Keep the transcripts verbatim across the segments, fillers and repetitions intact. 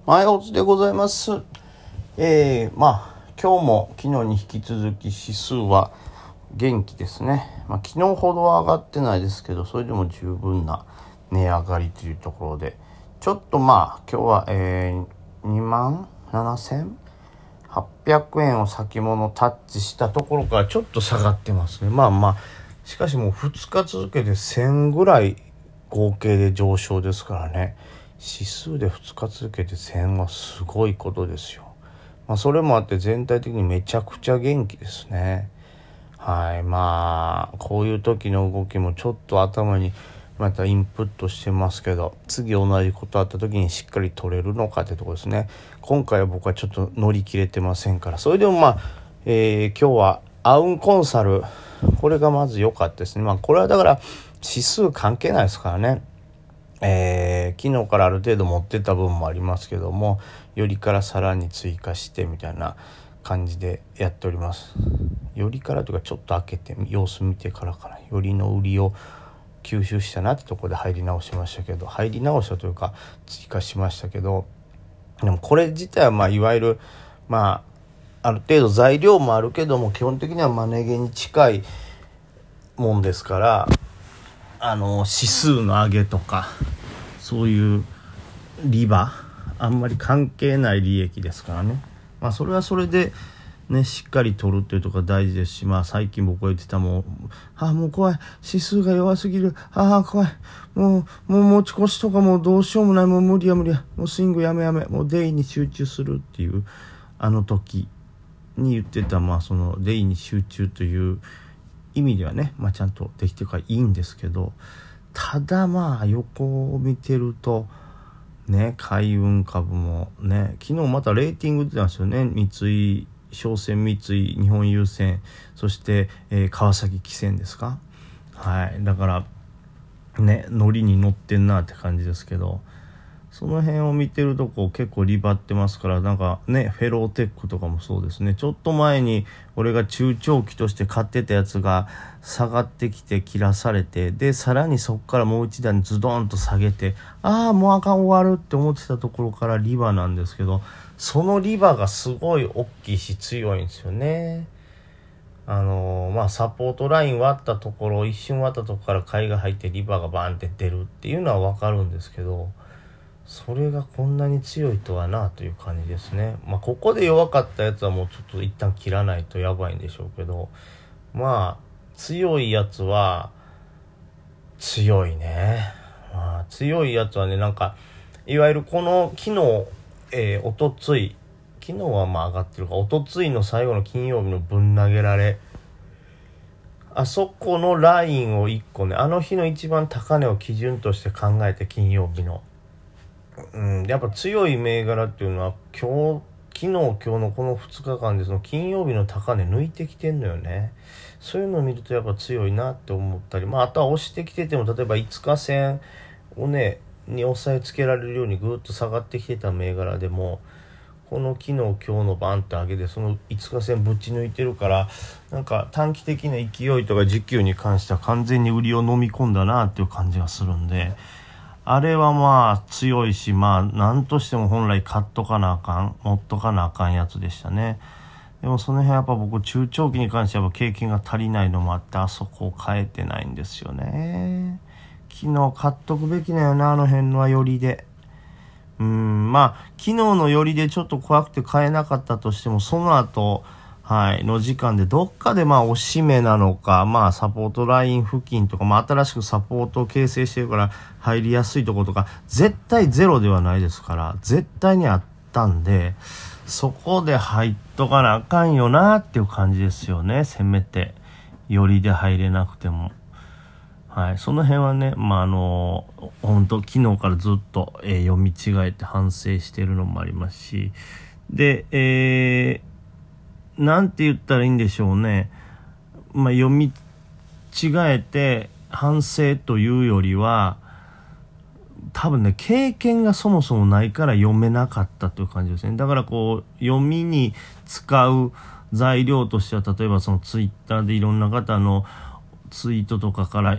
はい、おつでございます。えー、まあ今日も昨日に引き続き指数は元気ですね。まあ、昨日ほどは上がってないですけど、それでも十分な値上がりというところで、ちょっとまあ今日は、えー、にまんななせんはっぴゃくえんを先物タッチしたところからちょっと下がってますね。まあまあしかしもうふつか続けてせんぐらい合計で上昇ですからね。指数でふつか続けてせんはすごいことですよ。まあ、それもあって全体的にめちゃくちゃ元気ですね。はい、まあこういう時の動きもちょっと頭にまたインプットしてますけど、次同じことあった時にしっかり取れるのかってところですね。今回は僕はちょっと乗り切れてませんから、それでもまあ、えー、今日はアウンコンサル、これがまず良かったですね。まあこれはだから指数関係ないですからね。えー、昨日からある程度持ってた分もありますけども、よりからさらに追加してみたいな感じでやっております。よりからというかちょっと開けて様子見てからかな、よりの売りを吸収したなってところで入り直しましたけど、入り直したというか追加しましたけど、でもこれ自体はまあいわゆるまあある程度材料もあるけども、基本的にはマネ毛に近いもんですから、あの指数の上げとかそういうリバあんまり関係ない利益ですからね。まあそれはそれでね、しっかり取るっていうところが大事ですし、まあ最近僕が言ってたもうああもう怖い、指数が弱すぎる、ああ怖い、もうもう持ち越しとかもうどうしようもない、もう無理や無理や、もうスイングやめやめ、もうデイに集中するっていうあの時に言ってた、まあそのデイに集中という意味ではね、まあちゃんとできてるからいいんですけど、ただまあ横を見てるとね、海運株もね、昨日またレーティング出たんですよね。三井商船、三井日本郵船、そして、えー、川崎汽船ですか。はい、だからね、乗りに乗ってんなって感じですけど、その辺を見てるとこう結構リバってますから、なんかね、フェローテックとかもそうですね。ちょっと前に俺が中長期として買ってたやつが下がってきて切らされて、でさらにそこからもう一段ズドンと下げて、ああもうあかん終わるって思ってたところからリバなんですけど、そのリバがすごい大きいし強いんですよね。あのー、まあサポートライン割ったところ、一瞬割ったところから買いが入ってリバがバーンって出るっていうのは分かるんですけど、それがこんなに強いとはなという感じですね。まあここで弱かったやつはもうちょっと一旦切らないとやばいんでしょうけど、まあ強いやつは強いね。まあ、強いやつはね、なんかいわゆるこの昨日、えー、おとつい昨日はまあ上がってるか、おとついの最後の金曜日のぶん投げられ、あそこのラインをいっこね、あの日の一番高値を基準として考えて、金曜日のうん、やっぱ強い銘柄っていうのは今日昨日今日のこのふつかかんでその金曜日の高値抜いてきてんのよね。そういうのを見るとやっぱ強いなって思ったり、まああとは押してきてても、例えばいつか線をねに押さえつけられるようにぐーっと下がってきてた銘柄でも、この昨日今日のバンって上げでそのいつか線ぶち抜いてるから、なんか短期的な勢いとか時給に関しては完全に売りを飲み込んだなっていう感じがするんで、あれはまあ強いし、まあ何としても本来買っとかなあかん、持っとかなあかんやつでしたね。でもその辺やっぱ僕中長期に関してはやっぱ経験が足りないのもあって、あそこを変えてないんですよね。昨日買っとくべきなよな、あの辺のは寄りで。うーん、まあ昨日の寄りでちょっと怖くて買えなかったとしても、その後はいの時間でどっかでまあ押し目なのか、まあサポートライン付近とか、まあ新しくサポートを形成してるから入りやすいところとか、絶対ゼロではないですから、絶対にあったんで、そこで入っとかなあかんよなっていう感じですよね。せめて寄りで入れなくても。はい、その辺はね、まああの本当昨日からずっと、えー、読み違えて反省しているのもありますし、で、えー、なんて言ったらいいんでしょうね。まあ読み違えて反省というよりは、多分ね経験がそもそもないから読めなかったという感じですね。だからこう読みに使う材料としては、例えばそのツイッターでいろんな方のツイートとかから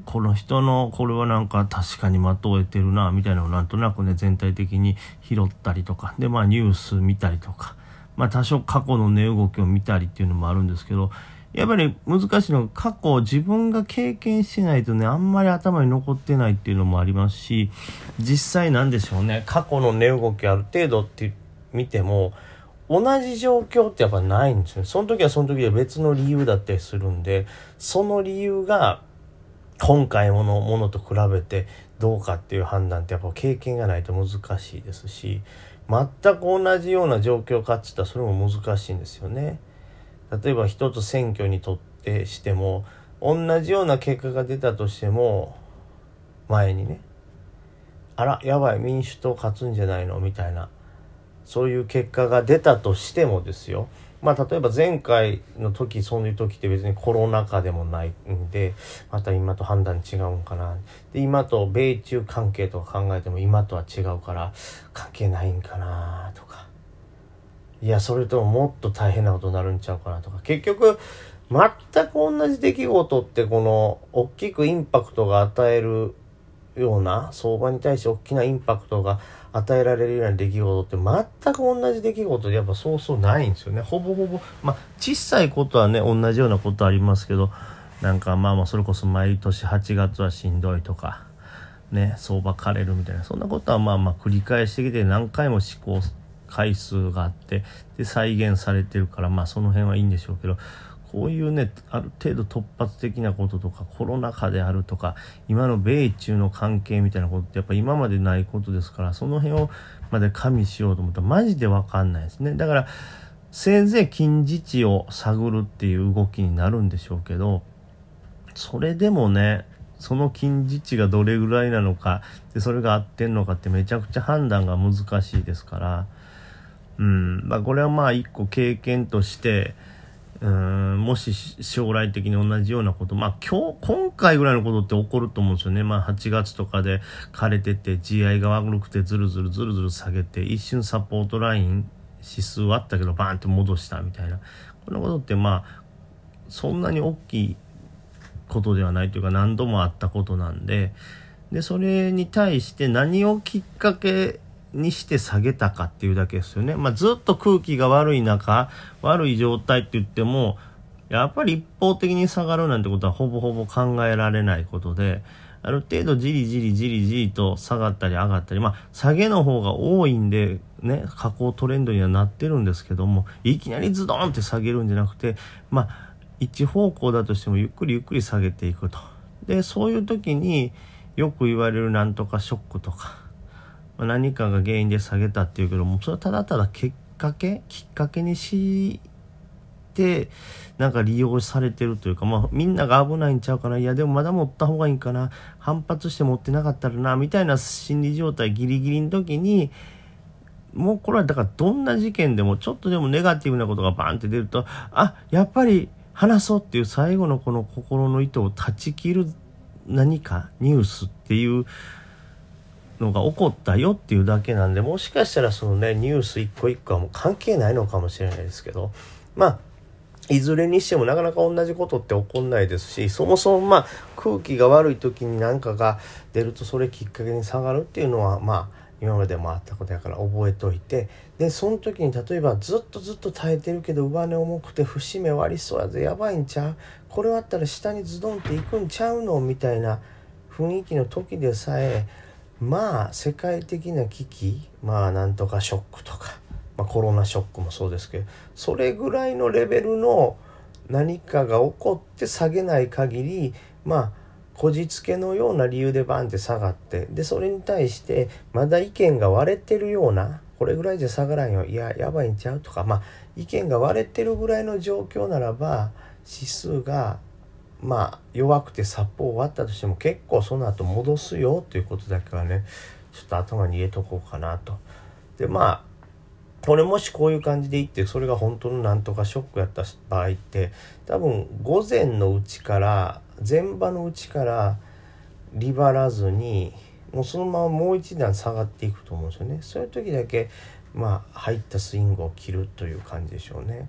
この人のこれはなんか確かに的を得てるなみたいなのをなんとなくね全体的に拾ったりとかで、まあニュース見たりとか、まあ多少過去の値動きを見たりっていうのもあるんですけど、やっぱり難しいのが過去自分が経験してないとねあんまり頭に残ってないっていうのもありますし、実際なんでしょうね、過去の値動きある程度って見ても同じ状況ってやっぱないんですよね。その時はその時で別の理由だったりするんで、その理由が今回のものと比べてどうかっていう判断ってやっぱ経験がないと難しいですし、全く同じような状況かって言ったらそれも難しいんですよね。例えば一つ選挙にとってしても同じような結果が出たとしても、前にねあらやばい民主党勝つんじゃないのみたいなそういう結果が出たとしてもですよ、まあ例えば前回の時そういう時って別にコロナ禍でもないんでまた今と判断違うんかな、で今と米中関係とか考えても今とは違うから関係ないんかなとか、いやそれとももっと大変なことになるんちゃうかなとか、結局全く同じ出来事ってこの大きくインパクトが与えるような相場に対して大きなインパクトが与えられるような出来事って全く同じ出来事でやっぱそうそうないんですよね。ほぼほぼまあ小さいことはね同じようなことありますけど、なんかまあまあそれこそ毎年はちがつはしんどいとかね相場枯れるみたいなそんなことはまあまあ繰り返してきて何回も試行回数があってで再現されてるからまあその辺はいいんでしょうけど、こういうねある程度突発的なこととかコロナ禍であるとか今の米中の関係みたいなことってやっぱ今までないことですから、その辺をまで加味しようと思ったらマジで分かんないですね。だからせいぜい近似値を探るっていう動きになるんでしょうけど、それでもねその近似値がどれぐらいなのかでそれが合ってんのかってめちゃくちゃ判断が難しいですから、うんまあこれはまあ一個経験としてうーんもし将来的に同じようなことまあ今日今回ぐらいのことって起こると思うんですよね。まあはちがつとかで枯れてて ジーアイ が悪くてずるずるずるずる下げて一瞬サポートライン指数はあったけどバーンって戻したみたいな、こんなことってまあそんなに大きいことではないというか何度もあったことなんで、でそれに対して何をきっかけにして下げたかっていうだけですよね。まあずっと空気が悪い中悪い状態って言ってもやっぱり一方的に下がるなんてことはほぼほぼ考えられないことで、ある程度じりじりじりじりと下がったり上がったり、まあ下げの方が多いんでね下降トレンドにはなってるんですけども、いきなりズドンって下げるんじゃなくてまあ一方向だとしてもゆっくりゆっくり下げていくと。でそういう時によく言われるなんとかショックとか何かが原因で下げたっていうけども、それはただただきっかけきっかけにしてなんか利用されてるというか、まあみんなが危ないんちゃうかな、いやでもまだ持った方がいいんかな、反発して持ってなかったらなみたいな心理状態ギリギリの時に、もうこれはだからどんな事件でもちょっとでもネガティブなことがバーンって出ると、あやっぱり話そうっていう最後のこの心の糸を断ち切る何かニュースっていうのが起こったよっていうだけなんで、もしかしたらそのねニュース一個一個はもう関係ないのかもしれないですけど、まあいずれにしてもなかなか同じことって起こんないですし、そもそもまあ空気が悪い時に何かが出るとそれきっかけに下がるっていうのはまあ今までもあったことやから覚えといて、でその時に例えばずっとずっと耐えてるけど上値重くて節目割りそうやぜやばいんちゃう、これ割ったら下にズドンっていくんちゃうのみたいな雰囲気の時でさえ、まあ世界的な危機、まあなんとかショックとか、まあ、コロナショックもそうですけど、それぐらいのレベルの何かが起こって下げない限り、まあこじつけのような理由でバンって下がって、でそれに対してまだ意見が割れてるような、これぐらいじゃ下がらんよ、いややばいんちゃうとか、まあ意見が割れてるぐらいの状況ならば指数がまあ弱くて殺法終わったとしても結構その後戻すよということだけはねちょっと頭に入れとこうかなと。でまあこれもしこういう感じでいってそれが本当のなんとかショックやった場合って多分午前のうちから前場のうちからリバらずにもうそのままもう一段下がっていくと思うんですよね。そういう時だけまあ入ったスイングを切るという感じでしょうね。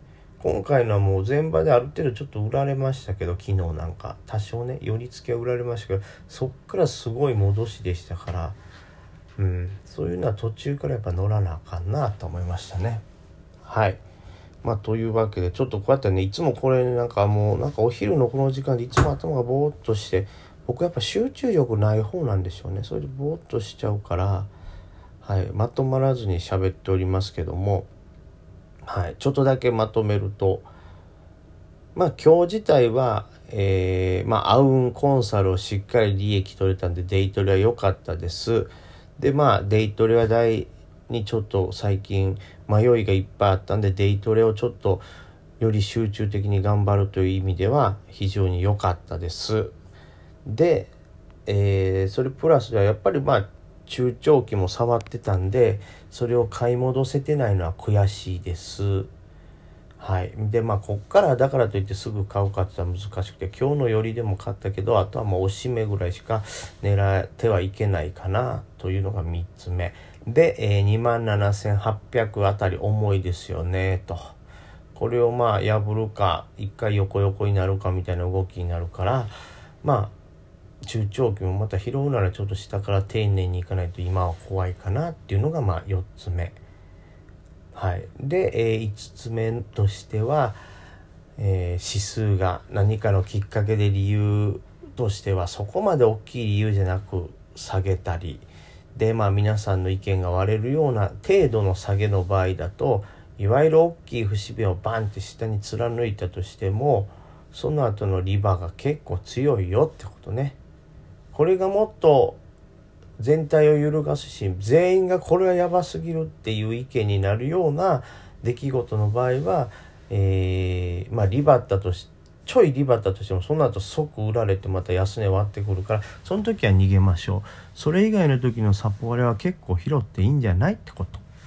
今回のはもう前場である程度ちょっと売られましたけど、昨日なんか多少ね寄り付きは売られましたけど、そっからすごい戻しでしたから、うん、そういうのは途中からやっぱ乗らなあかんなと思いましたね。はい。まあというわけでちょっとこうやってね、いつもこれなんかもうなんかお昼のこの時間でいつも頭がぼーっとして、僕やっぱ集中力ない方なんでしょうね。それでぼーっとしちゃうから、はい、まとまらずに喋っておりますけども、はい、ちょっとだけまとめると、まあ今日自体は、えー、まあアウンコンサルをしっかり利益取れたんでデイトレは良かったです。でまあデイトレは大にちょっと最近迷いがいっぱいあったんで、デイトレをちょっとより集中的に頑張るという意味では非常に良かったです。で、えー、それプラスではやっぱりまあ中長期も触ってたんで、それを買い戻せてないのは悔しいです。はい。でまあこっからだからといってすぐ買うかって言ったら難しくて、今日の寄りでも買ったけど、あとはもう押し目ぐらいしか狙ってはいけないかなというのがみっつめで、えー、にまんななせんはっぴゃくあたり重いですよねと。これをまあ破るか一回横横になるかみたいな動きになるから、まあ中長期もまた拾うならちょっと下から丁寧にいかないと今は怖いかなっていうのがまあよっつめ。はい。で、えー、いつつめとしては、えー、指数が何かのきっかけで理由としてはそこまで大きい理由じゃなく下げたりで、まあ皆さんの意見が割れるような程度の下げの場合だと、いわゆる大きい節目をバンって下に貫いたとしても、その後のリバーが結構強いよってことね。これがもっと全体を揺るがすし、全員がこれはやばすぎるっていう意見になるような出来事の場合は、えー、まあリバったとしちょいリバったとしても、その後即売られてまた安値割ってくるから、その時は逃げましょう。それ以外の時のサポ割れは結構拾っていいんじゃないってこと。